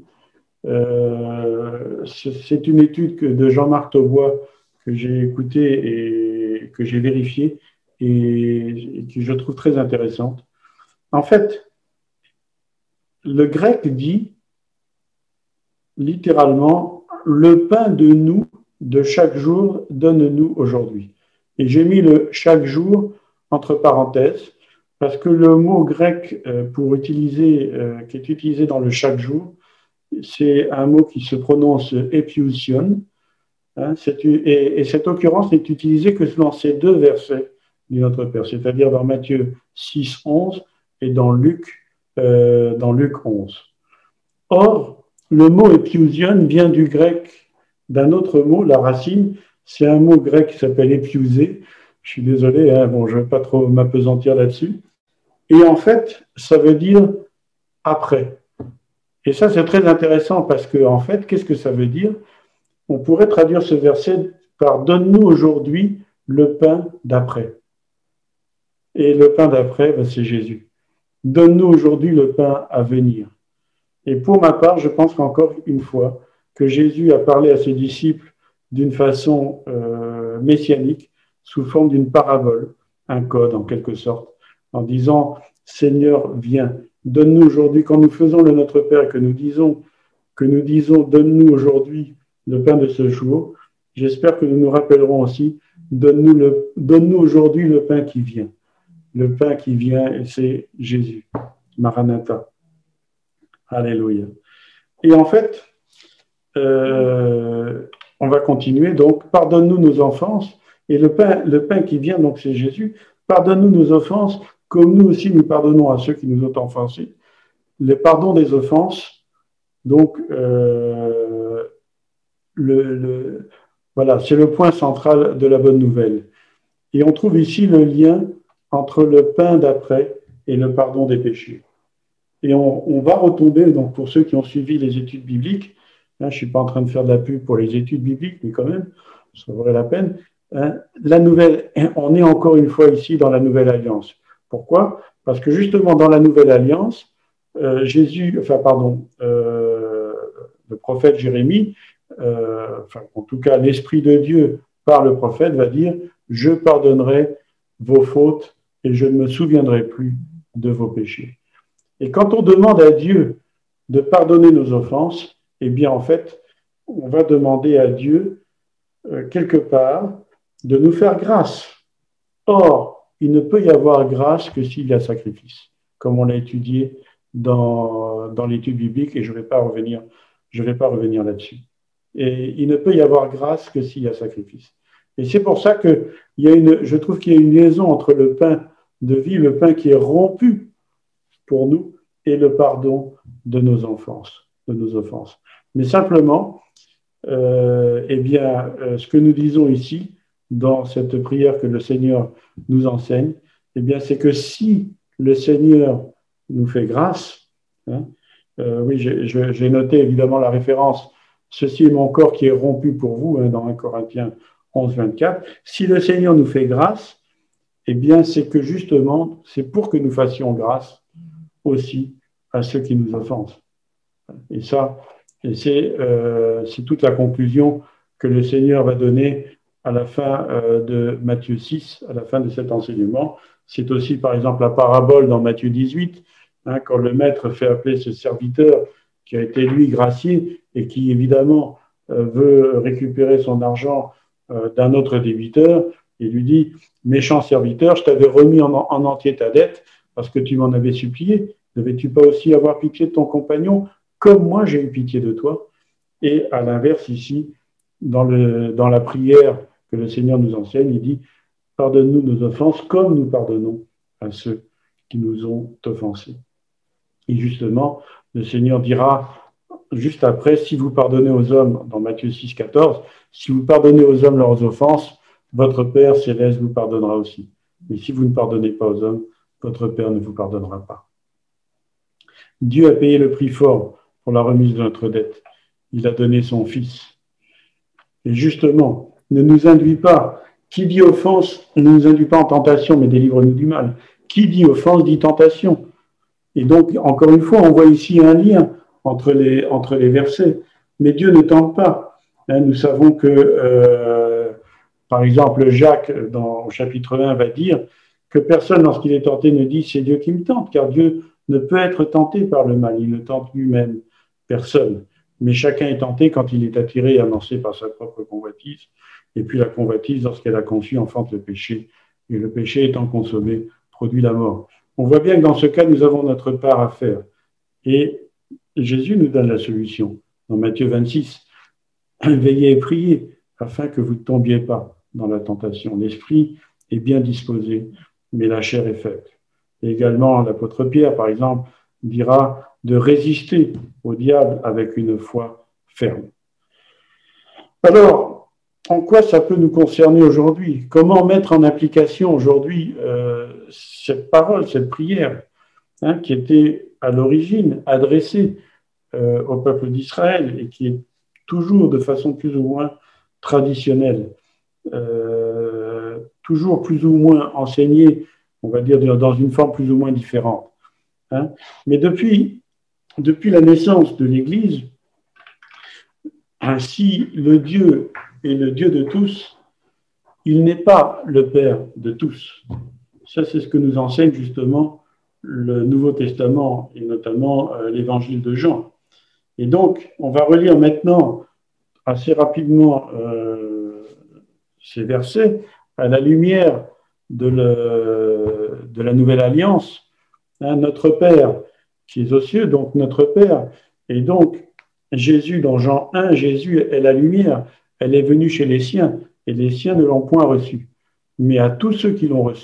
C'est une étude de Jean-Marc Taubois que j'ai écoutée et que j'ai vérifiée et que je trouve très intéressante. En fait, le grec dit littéralement « le pain de nous de chaque jour, donne-nous aujourd'hui ». Et j'ai mis le « chaque jour » entre parenthèses parce que le mot grec qui est utilisé dans le « chaque jour », c'est un mot qui se prononce « epiousion ». Et cette occurrence n'est utilisée que dans ces deux versets du Notre Père, c'est-à-dire dans Matthieu 6, 11 et dans Luc 11. Or, le mot epiousion vient du grec d'un autre mot, la racine, c'est un mot grec qui s'appelle épiouser. Je suis désolé, je ne vais pas trop m'appesantir là-dessus. Et en fait, ça veut dire après. Et ça, c'est très intéressant parce que, en fait, qu'est-ce que ça veut dire? On pourrait traduire ce verset par « donne-nous aujourd'hui le pain d'après ». Et le pain d'après, c'est Jésus. Donne-nous aujourd'hui le pain à venir. Et pour ma part, je pense qu'encore une fois, que Jésus a parlé à ses disciples d'une façon messianique, sous forme d'une parabole, un code en quelque sorte, en disant « Seigneur, viens, donne-nous aujourd'hui », quand nous faisons le Notre Père, que nous disons « donne-nous aujourd'hui le pain de ce jour », j'espère que nous nous rappellerons aussi « donne-nous aujourd'hui le pain qui vient ». Le pain qui vient, c'est Jésus. Maranatha. Alléluia. Et en fait, on va continuer. Donc, pardonne-nous nos offenses. Et le pain qui vient, donc c'est Jésus. pardonne-nous nos offenses, comme nous aussi nous pardonnons à ceux qui nous ont offensés. Le pardon des offenses, donc, voilà, c'est le point central de la bonne nouvelle. Et on trouve ici le lien entre le pain d'après et le pardon des péchés. Et on va retomber, donc pour ceux qui ont suivi les études bibliques, je ne suis pas en train de faire de la pub pour les études bibliques, mais quand même, ça vaudrait la peine. On est encore une fois ici dans la Nouvelle Alliance. Pourquoi ? Parce que justement, dans la Nouvelle Alliance, le prophète Jérémie, en tout cas, l'Esprit de Dieu, par le prophète, va dire « Je pardonnerai vos fautes et je ne me souviendrai plus de vos péchés ». Et quand on demande à Dieu de pardonner nos offenses, eh bien, en fait, on va demander à Dieu, quelque part, de nous faire grâce. Or, il ne peut y avoir grâce que s'il y a sacrifice, comme on l'a étudié dans l'étude biblique, et je ne vais pas revenir là-dessus. Et il ne peut y avoir grâce que s'il y a sacrifice. Et c'est pour ça que je trouve qu'il y a une liaison entre le pain de vie, le pain qui est rompu pour nous, et le pardon de nos offenses. Mais simplement, ce que nous disons ici, dans cette prière que le Seigneur nous enseigne, eh bien, c'est que si le Seigneur nous fait grâce, oui, j'ai noté évidemment la référence, ceci est mon corps qui est rompu pour vous, dans 1 Corinthiens 11, 24. Si le Seigneur nous fait grâce, eh bien, c'est que justement, c'est pour que nous fassions grâce aussi à ceux qui nous offensent. Et c'est toute la conclusion que le Seigneur va donner à la fin de Matthieu 6, à la fin de cet enseignement. C'est aussi, par exemple, la parabole dans Matthieu 18, quand le maître fait appeler ce serviteur qui a été, lui, gracié et qui, évidemment, veut récupérer son argent d'un autre débiteur. Il lui dit « Méchant serviteur, je t'avais remis en entier ta dette parce que tu m'en avais supplié. Ne devais-tu pas aussi avoir pitié de ton compagnon comme moi j'ai eu pitié de toi ?» Et à l'inverse, ici, dans la prière que le Seigneur nous enseigne, il dit « Pardonne-nous nos offenses comme nous pardonnons à ceux qui nous ont offensés. » Et justement, le Seigneur dira juste après, si vous pardonnez aux hommes, dans Matthieu 6, 14, si vous pardonnez aux hommes leurs offenses, votre Père céleste vous pardonnera aussi. Mais si vous ne pardonnez pas aux hommes, votre Père ne vous pardonnera pas. Dieu a payé le prix fort pour la remise de notre dette. Il a donné son Fils. Et justement, ne nous induis pas. Qui dit offense ne nous induit pas en tentation, mais délivre-nous du mal. Qui dit offense dit tentation. Et donc, encore une fois, on voit ici un lien entre les versets. Mais Dieu ne tente pas. Nous savons que, par exemple, Jacques, au chapitre 1, va dire que personne, lorsqu'il est tenté, ne dit « c'est Dieu qui me tente », car Dieu ne peut être tenté par le mal. Il ne tente lui-même personne. Mais chacun est tenté quand il est attiré et avancé par sa propre convoitise. Et puis la convoitise, lorsqu'elle a conçu, enfante le péché. Et le péché, étant consommé, produit la mort. On voit bien que dans ce cas, nous avons notre part à faire. Et Jésus nous donne la solution. Dans Matthieu 26, « Veillez et priez, afin que vous ne tombiez pas dans la tentation. L'esprit est bien disposé, mais la chair est faible. » Et également, l'apôtre Pierre, par exemple, dira de résister au diable avec une foi ferme. Alors, en quoi ça peut nous concerner aujourd'hui ? Comment mettre en application aujourd'hui cette parole, cette prière, qui était à l'origine adressée au peuple d'Israël et qui est toujours de façon plus ou moins traditionnelle, toujours plus ou moins enseignée, on va dire dans une forme plus ou moins différente. Mais depuis la naissance de l'Église, ainsi le Dieu est le Dieu de tous, il n'est pas le Père de tous. Ça, c'est ce que nous enseigne justement le Nouveau Testament et notamment l'Évangile de Jean. Et donc, on va relire maintenant assez rapidement ces versets à la lumière de la Nouvelle Alliance. Notre Père qui est aux cieux, donc notre Père, et donc Jésus, dans Jean 1, Jésus est la lumière, elle est venue chez les siens, et les siens ne l'ont point reçue. Mais à tous ceux qui l'ont reçue,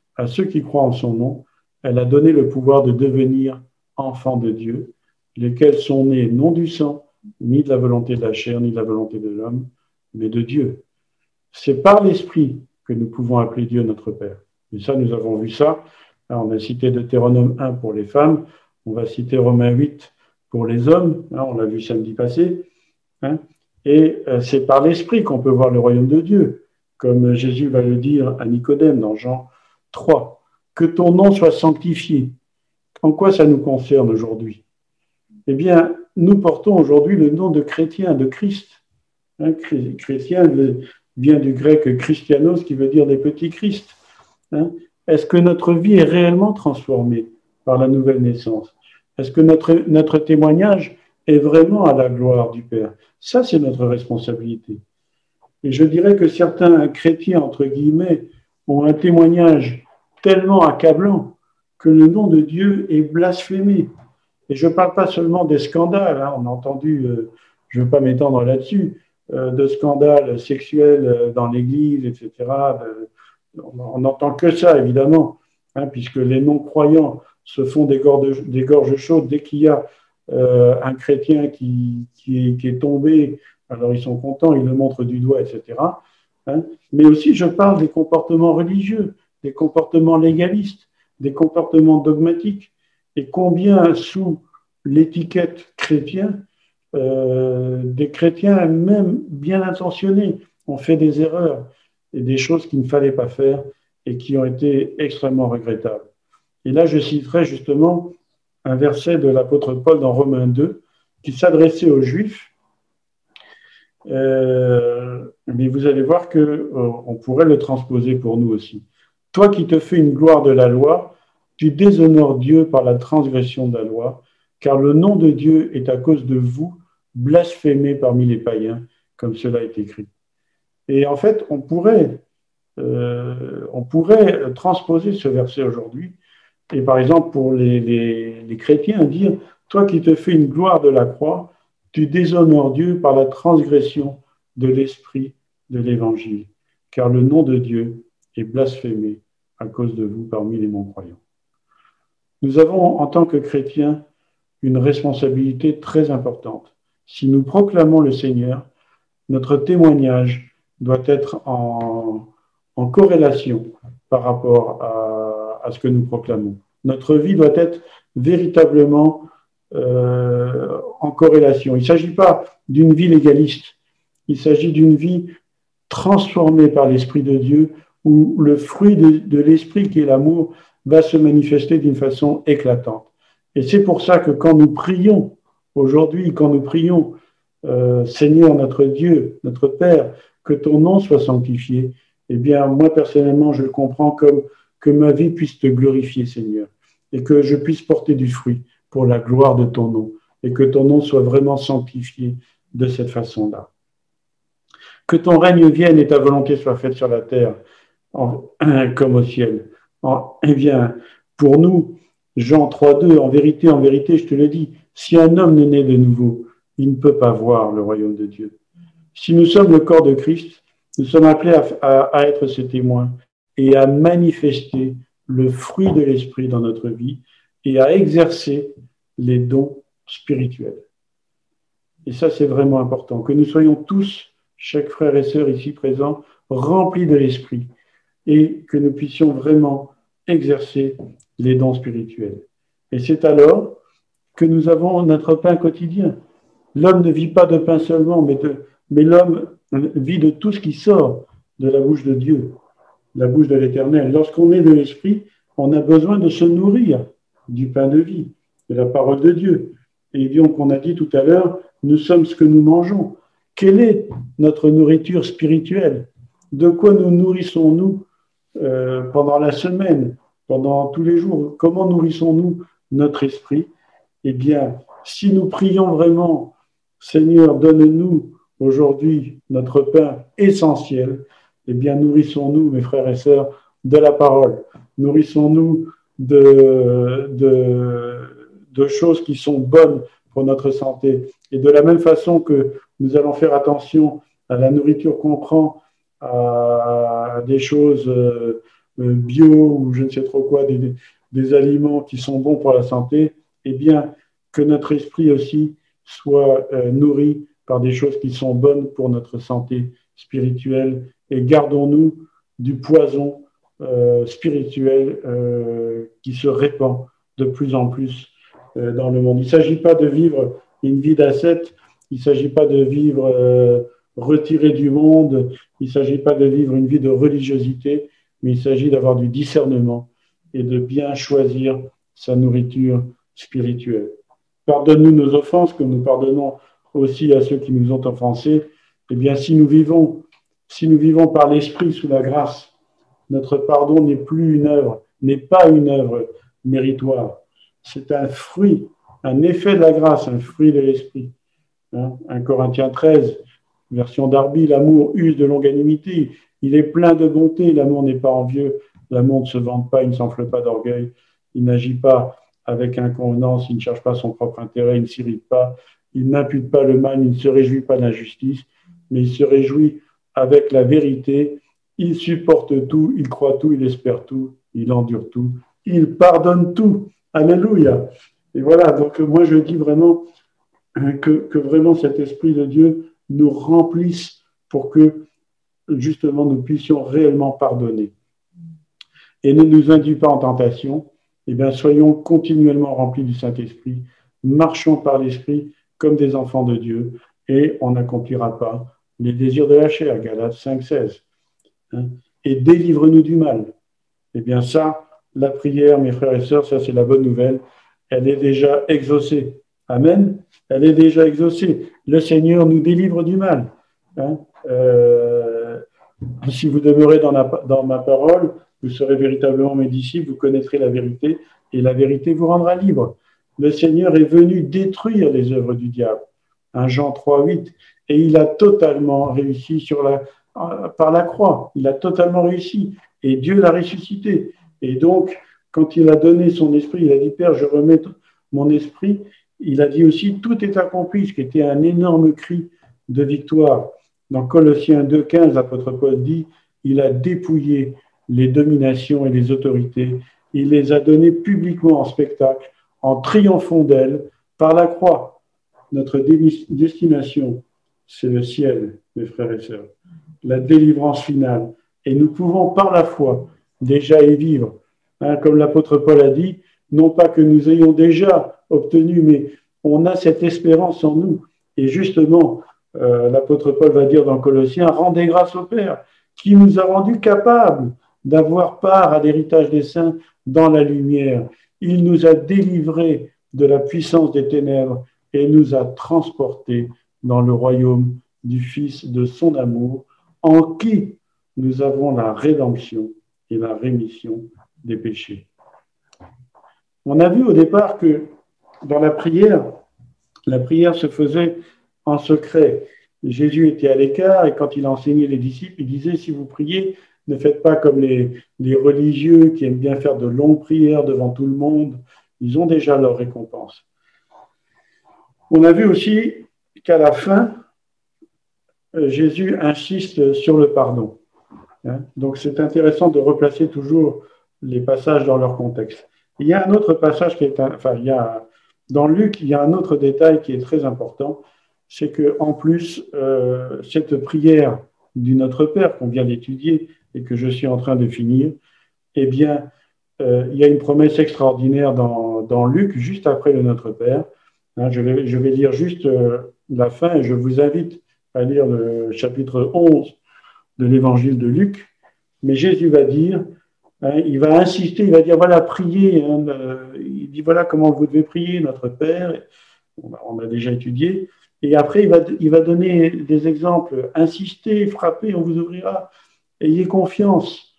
à ceux qui croient en son nom, elle a donné le pouvoir de devenir enfants de Dieu, lesquels sont nés non du sang, ni de la volonté de la chair, ni de la volonté de l'homme, mais de Dieu. C'est par l'Esprit que nous pouvons appeler Dieu notre Père. Et ça, nous avons vu ça. Alors, on a cité Deutéronome 1 pour les femmes, on va citer Romains 8 pour les hommes, on l'a vu samedi passé. Et c'est par l'Esprit qu'on peut voir le royaume de Dieu, comme Jésus va le dire à Nicodème dans Jean 3. Que ton nom soit sanctifié. En quoi ça nous concerne aujourd'hui? Eh bien, nous portons aujourd'hui le nom de chrétien, de Christ. Chrétien vient du grec christianos, qui veut dire des petits Christ. Est-ce que notre vie est réellement transformée par la nouvelle naissance? Est-ce que notre témoignage est vraiment à la gloire du Père? Ça, c'est notre responsabilité. Et je dirais que certains chrétiens, entre guillemets, ont un témoignage tellement accablant que le nom de Dieu est blasphémé. Et je ne parle pas seulement des scandales, on a entendu, je ne veux pas m'étendre là-dessus, de scandales sexuels dans l'Église, etc. On n'entend que ça, évidemment, puisque les non-croyants se font des gorges chaudes dès qu'il y a un chrétien qui est tombé. Alors ils sont contents, ils le montrent du doigt, etc. Mais aussi, je parle des comportements religieux, des comportements légalistes, des comportements dogmatiques. Et combien, sous l'étiquette chrétien, des chrétiens, même bien intentionnés, ont fait des erreurs et des choses qu'il ne fallait pas faire et qui ont été extrêmement regrettables. Et là, je citerai justement un verset de l'apôtre Paul dans Romains 2 qui s'adressait aux Juifs. Mais vous allez voir qu'on pourrait le transposer pour nous aussi. Toi qui te fais une gloire de la loi, tu déshonores Dieu par la transgression de la loi, car le nom de Dieu est à cause de vous blasphémé parmi les païens, comme cela est écrit. Et en fait, on pourrait transposer ce verset aujourd'hui, et par exemple pour les chrétiens, dire « Toi qui te fais une gloire de la croix, tu déshonores Dieu par la transgression de l'esprit de l'Évangile, car le nom de Dieu est blasphémé à cause de vous parmi les non-croyants. » Nous avons, en tant que chrétiens, une responsabilité très importante. Si nous proclamons le Seigneur, notre témoignage doit être en corrélation par rapport à ce que nous proclamons. Notre vie doit être véritablement en corrélation. Il ne s'agit pas d'une vie légaliste, il s'agit d'une vie transformée par l'Esprit de Dieu, où le fruit de l'Esprit, qui est l'amour, va se manifester d'une façon éclatante. Et c'est pour ça que quand nous prions aujourd'hui, quand nous prions Seigneur notre Dieu, notre Père, que ton nom soit sanctifié, eh bien moi personnellement je le comprends comme que ma vie puisse te glorifier Seigneur et que je puisse porter du fruit pour la gloire de ton nom et que ton nom soit vraiment sanctifié de cette façon-là. Que ton règne vienne et ta volonté soit faite sur la terre comme au ciel. Eh bien, pour nous, Jean 3,2, en vérité, je te le dis, si un homme n'est né de nouveau, il ne peut pas voir le royaume de Dieu. Si nous sommes le corps de Christ, nous sommes appelés à être ses témoins et à manifester le fruit de l'Esprit dans notre vie et à exercer les dons spirituels. Et ça, c'est vraiment important, que nous soyons tous, chaque frère et sœur ici présent, remplis de l'Esprit et que nous puissions vraiment exercer les dons spirituels. Et c'est alors que nous avons notre pain quotidien. L'homme ne vit pas de pain seulement, mais l'homme vit de tout ce qui sort de la bouche de Dieu, la bouche de l'Éternel. Lorsqu'on est de l'Esprit, on a besoin de se nourrir du pain de vie, de la parole de Dieu. Et donc, on a dit tout à l'heure, nous sommes ce que nous mangeons. Quelle est notre nourriture spirituelle? De quoi nous nourrissons-nous pendant la semaine, pendant tous les jours? Comment nourrissons-nous notre esprit? Eh bien, si nous prions vraiment, Seigneur, donne-nous aujourd'hui notre pain essentiel, eh bien, nourrissons-nous, mes frères et sœurs, de la parole. Nourrissons-nous de choses qui sont bonnes pour notre santé. Et de la même façon que nous allons faire attention à la nourriture qu'on prend, à des choses bio ou je ne sais trop quoi, des aliments qui sont bons pour la santé, eh bien, que notre esprit aussi soit nourri par des choses qui sont bonnes pour notre santé spirituelle et gardons-nous du poison spirituel qui se répand de plus en plus dans le monde. Il ne s'agit pas de vivre une vie d'ascète, il ne s'agit pas de vivre retiré du monde, il ne s'agit pas de vivre une vie de religiosité, mais il s'agit d'avoir du discernement et de bien choisir sa nourriture spirituelle. Pardonne-nous nos offenses, comme nous pardonnons aussi à ceux qui nous ont offensés. Eh bien, si nous vivons par l'Esprit sous la grâce, notre pardon n'est pas une œuvre méritoire. C'est un fruit, un effet de la grâce, un fruit de l'Esprit. 1 Corinthiens 13, version Darby, l'amour use de longanimité, il est plein de bonté, l'amour n'est pas envieux, l'amour ne se vante pas, il ne s'enfle pas d'orgueil, il n'agit pas avec inconvenance, il ne cherche pas son propre intérêt, il ne s'irrite pas, il n'impute pas le mal, il ne se réjouit pas d'injustice, mais il se réjouit avec la vérité, il supporte tout, il croit tout, il espère tout, il endure tout, il pardonne tout. Alléluia. Et voilà, donc moi je dis vraiment que vraiment cet Esprit de Dieu nous remplisse pour que justement nous puissions réellement pardonner. Et ne nous induis pas en tentation, eh bien soyons continuellement remplis du Saint-Esprit, marchons par l'Esprit comme des enfants de Dieu et on n'accomplira pas les désirs de la chair, Galates 5,16. Et délivre-nous du mal. Eh bien ça, la prière, mes frères et sœurs, ça c'est la bonne nouvelle, elle est déjà exaucée. Amen. Elle est déjà exaucée. Le Seigneur nous délivre du mal. Si vous demeurez dans ma parole, vous serez véritablement mes disciples, vous connaîtrez la vérité et la vérité vous rendra libre. Le Seigneur est venu détruire les œuvres du diable. 1 Jean 3,8. Et il a totalement réussi par la croix. Il a totalement réussi. Et Dieu l'a ressuscité. Et donc, quand il a donné son esprit, il a dit, Père, je remets mon esprit. Il a dit aussi, tout est accompli, ce qui était un énorme cri de victoire. Dans Colossiens 2,15, l'apôtre Paul dit, il a dépouillé les dominations et les autorités. Il les a données publiquement en spectacle, en triomphant d'elles par la croix. Notre destination, c'est le ciel, mes frères et sœurs, la délivrance finale. Et nous pouvons par la foi déjà y vivre. Comme l'apôtre Paul a dit, non pas que nous ayons déjà obtenu, mais on a cette espérance en nous. Et justement, l'apôtre Paul va dire dans Colossiens, rendez grâce au Père, qui nous a rendus capables d'avoir part à l'héritage des saints dans la lumière. Il nous a délivrés de la puissance des ténèbres et nous a transportés dans le royaume du Fils de son amour, en qui nous avons la rédemption et la rémission des péchés. On a vu au départ que dans la prière se faisait en secret. Jésus était à l'écart et quand il enseignait les disciples, il disait, si vous priez, ne faites pas comme les religieux qui aiment bien faire de longues prières devant tout le monde. Ils ont déjà leur récompense. On a vu aussi qu'à la fin, Jésus insiste sur le pardon. Donc c'est intéressant de replacer toujours les passages dans leur contexte. Il y a un autre passage dans Luc, il y a un autre détail qui est très important, c'est qu'en plus, cette prière du Notre Père qu'on vient d'étudier et que je suis en train de finir, eh bien, il y a une promesse extraordinaire dans Luc, juste après le Notre Père. Je vais lire juste la fin et je vous invite à lire le chapitre 11 de l'évangile de Luc. Mais Jésus va dire, il va insister, il va dire, voilà, priez. Il dit, voilà comment vous devez prier, Notre Père. On a déjà étudié. Et après, il va donner des exemples. Insistez, frappez, on vous ouvrira. Ayez confiance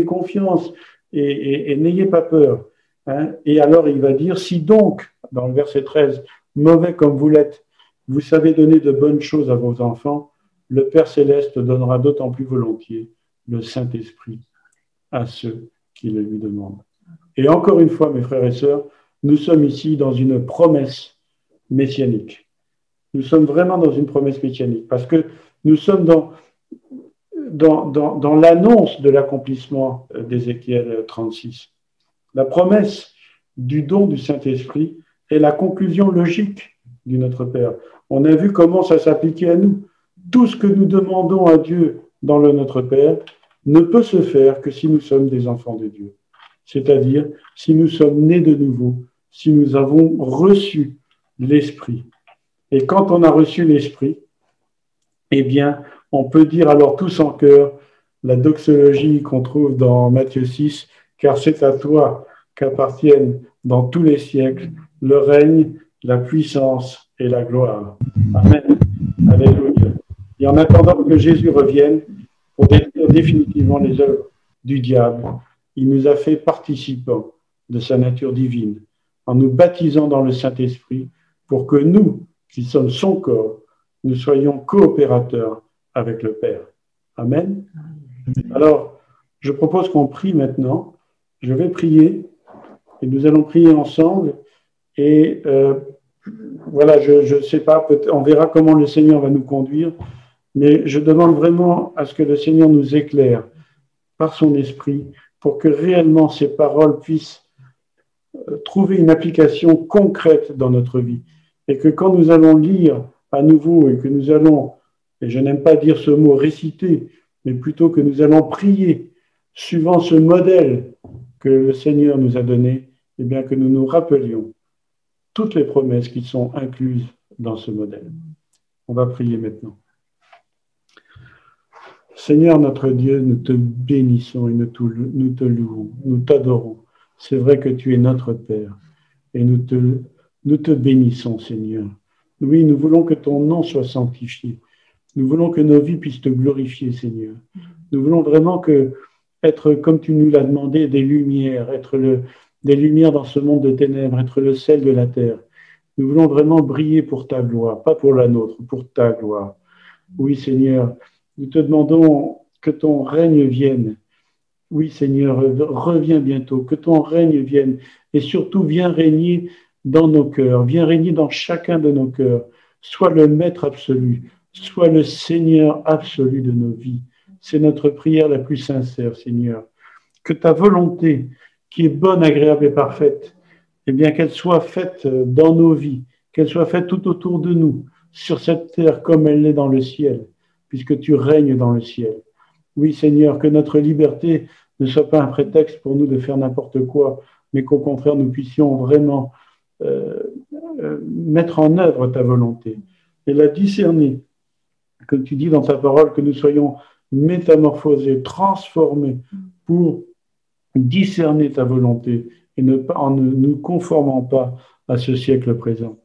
et n'ayez pas peur. Et alors, il va dire, si donc, dans le verset 13, mauvais comme vous l'êtes, vous savez donner de bonnes choses à vos enfants, le Père Céleste donnera d'autant plus volontiers le Saint-Esprit à ceux qui le lui demandent. Et encore une fois, mes frères et sœurs, nous sommes ici dans une promesse messianique. Nous sommes vraiment dans une promesse messianique parce que nous sommes dans l'annonce de l'accomplissement d'Ézéchiel 36. La promesse du don du Saint-Esprit est la conclusion logique du Notre Père. On a vu comment ça s'appliquait à nous. Tout ce que nous demandons à Dieu dans le Notre Père ne peut se faire que si nous sommes des enfants de Dieu. C'est-à-dire si nous sommes nés de nouveau, si nous avons reçu l'Esprit. Et quand on a reçu l'Esprit, eh bien, on peut dire alors tous en chœur la doxologie qu'on trouve dans Matthieu 6, car c'est à toi qu'appartiennent dans tous les siècles le règne, la puissance et la gloire. Amen. Alléluia. Et en attendant que Jésus revienne pour détruire définitivement les œuvres du diable, il nous a fait participants de sa nature divine en nous baptisant dans le Saint-Esprit pour que nous, qui sommes son corps, nous soyons coopérateurs avec le Père. Amen. Alors, je propose qu'on prie maintenant. Je vais prier et nous allons prier ensemble. Et voilà, je ne sais pas, on verra comment le Seigneur va nous conduire, mais je demande vraiment à ce que le Seigneur nous éclaire par son esprit pour que réellement ces paroles puissent trouver une application concrète dans notre vie. Et que quand nous allons lire à nouveau et que nous allons, et je n'aime pas dire ce mot réciter, mais plutôt que nous allons prier suivant ce modèle que le Seigneur nous a donné, eh bien que nous nous rappelions toutes les promesses qui sont incluses dans ce modèle. On va prier maintenant. Seigneur notre Dieu, nous te bénissons et nous te louons, nous t'adorons. C'est vrai que tu es notre Père et nous te bénissons, Seigneur. Oui, nous voulons que ton nom soit sanctifié. Nous voulons que nos vies puissent te glorifier, Seigneur. Nous voulons vraiment être, comme tu nous l'as demandé, des lumières, des lumières dans ce monde de ténèbres, être le sel de la terre. Nous voulons vraiment briller pour ta gloire, pas pour la nôtre, pour ta gloire. Oui, Seigneur, nous te demandons que ton règne vienne. Oui, Seigneur, reviens bientôt, que ton règne vienne et surtout viens régner dans nos cœurs, viens régner dans chacun de nos cœurs. Sois le maître absolu, sois le Seigneur absolu de nos vies. C'est notre prière la plus sincère, Seigneur. Que ta volonté, qui est bonne, agréable et parfaite, eh bien qu'elle soit faite dans nos vies, qu'elle soit faite tout autour de nous, sur cette terre comme elle l'est dans le ciel, puisque tu règnes dans le ciel. Oui, Seigneur, que notre liberté ne soit pas un prétexte pour nous de faire n'importe quoi, mais qu'au contraire, nous puissions vraiment mettre en œuvre ta volonté et la discerner. Comme tu dis dans ta parole, que nous soyons métamorphosés, transformés pour discerner ta volonté et en ne nous conformant pas à ce siècle présent.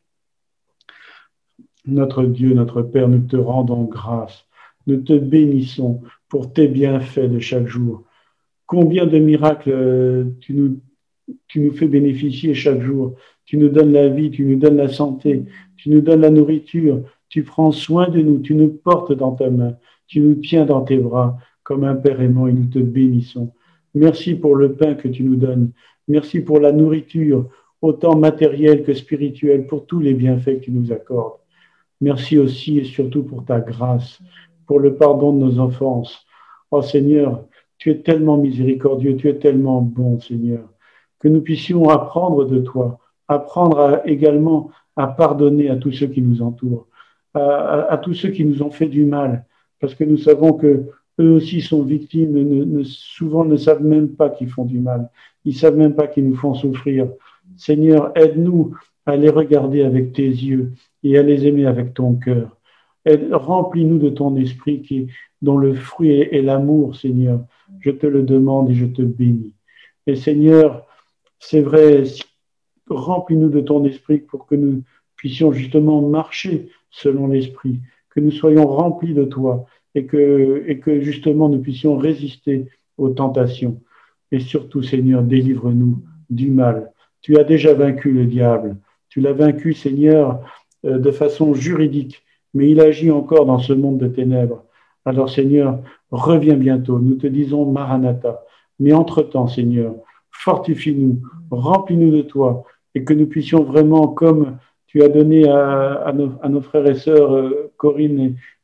Notre Dieu, notre Père, nous te rendons grâce. Nous te bénissons pour tes bienfaits de chaque jour. Combien de miracles tu nous fais bénéficier chaque jour. Tu nous donnes la vie, tu nous donnes la santé, tu nous donnes la nourriture, tu prends soin de nous, tu nous portes dans ta main, tu nous tiens dans tes bras comme un Père aimant et nous te bénissons. Merci pour le pain que tu nous donnes. Merci pour la nourriture, autant matérielle que spirituelle, pour tous les bienfaits que tu nous accordes. Merci aussi et surtout pour ta grâce, pour le pardon de nos offenses. Oh Seigneur, tu es tellement miséricordieux, tu es tellement bon, Seigneur, que nous puissions apprendre de toi, apprendre également à pardonner à tous ceux qui nous entourent, à tous ceux qui nous ont fait du mal, parce que nous savons que eux aussi sont victimes, souvent ne savent même pas qu'ils font du mal, ils ne savent même pas qu'ils nous font souffrir. Seigneur, aide-nous à les regarder avec tes yeux et à les aimer avec ton cœur. Remplis-nous de ton esprit dont le fruit est l'amour, Seigneur. Je te le demande et je te bénis. Et Seigneur, c'est vrai, remplis-nous de ton esprit pour que nous puissions justement marcher selon l'esprit, que nous soyons remplis de toi et que justement nous puissions résister aux tentations. Et surtout, Seigneur, délivre-nous du mal. Tu as déjà vaincu le diable. Tu l'as vaincu, Seigneur, de façon juridique, mais il agit encore dans ce monde de ténèbres. Alors, Seigneur, reviens bientôt. Nous te disons Maranatha. Mais entre-temps, Seigneur, fortifie-nous, remplis-nous de toi et que nous puissions vraiment, comme tu as donné à nos frères et sœurs Corinne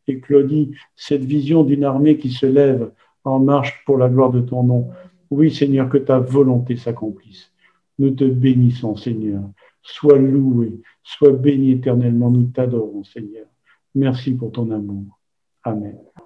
et Claudie, cette vision d'une armée qui se lève en marche pour la gloire de ton nom. Oui, Seigneur, que ta volonté s'accomplisse. Nous te bénissons, Seigneur. Sois loué, sois béni éternellement. Nous t'adorons, Seigneur. Merci pour ton amour. Amen.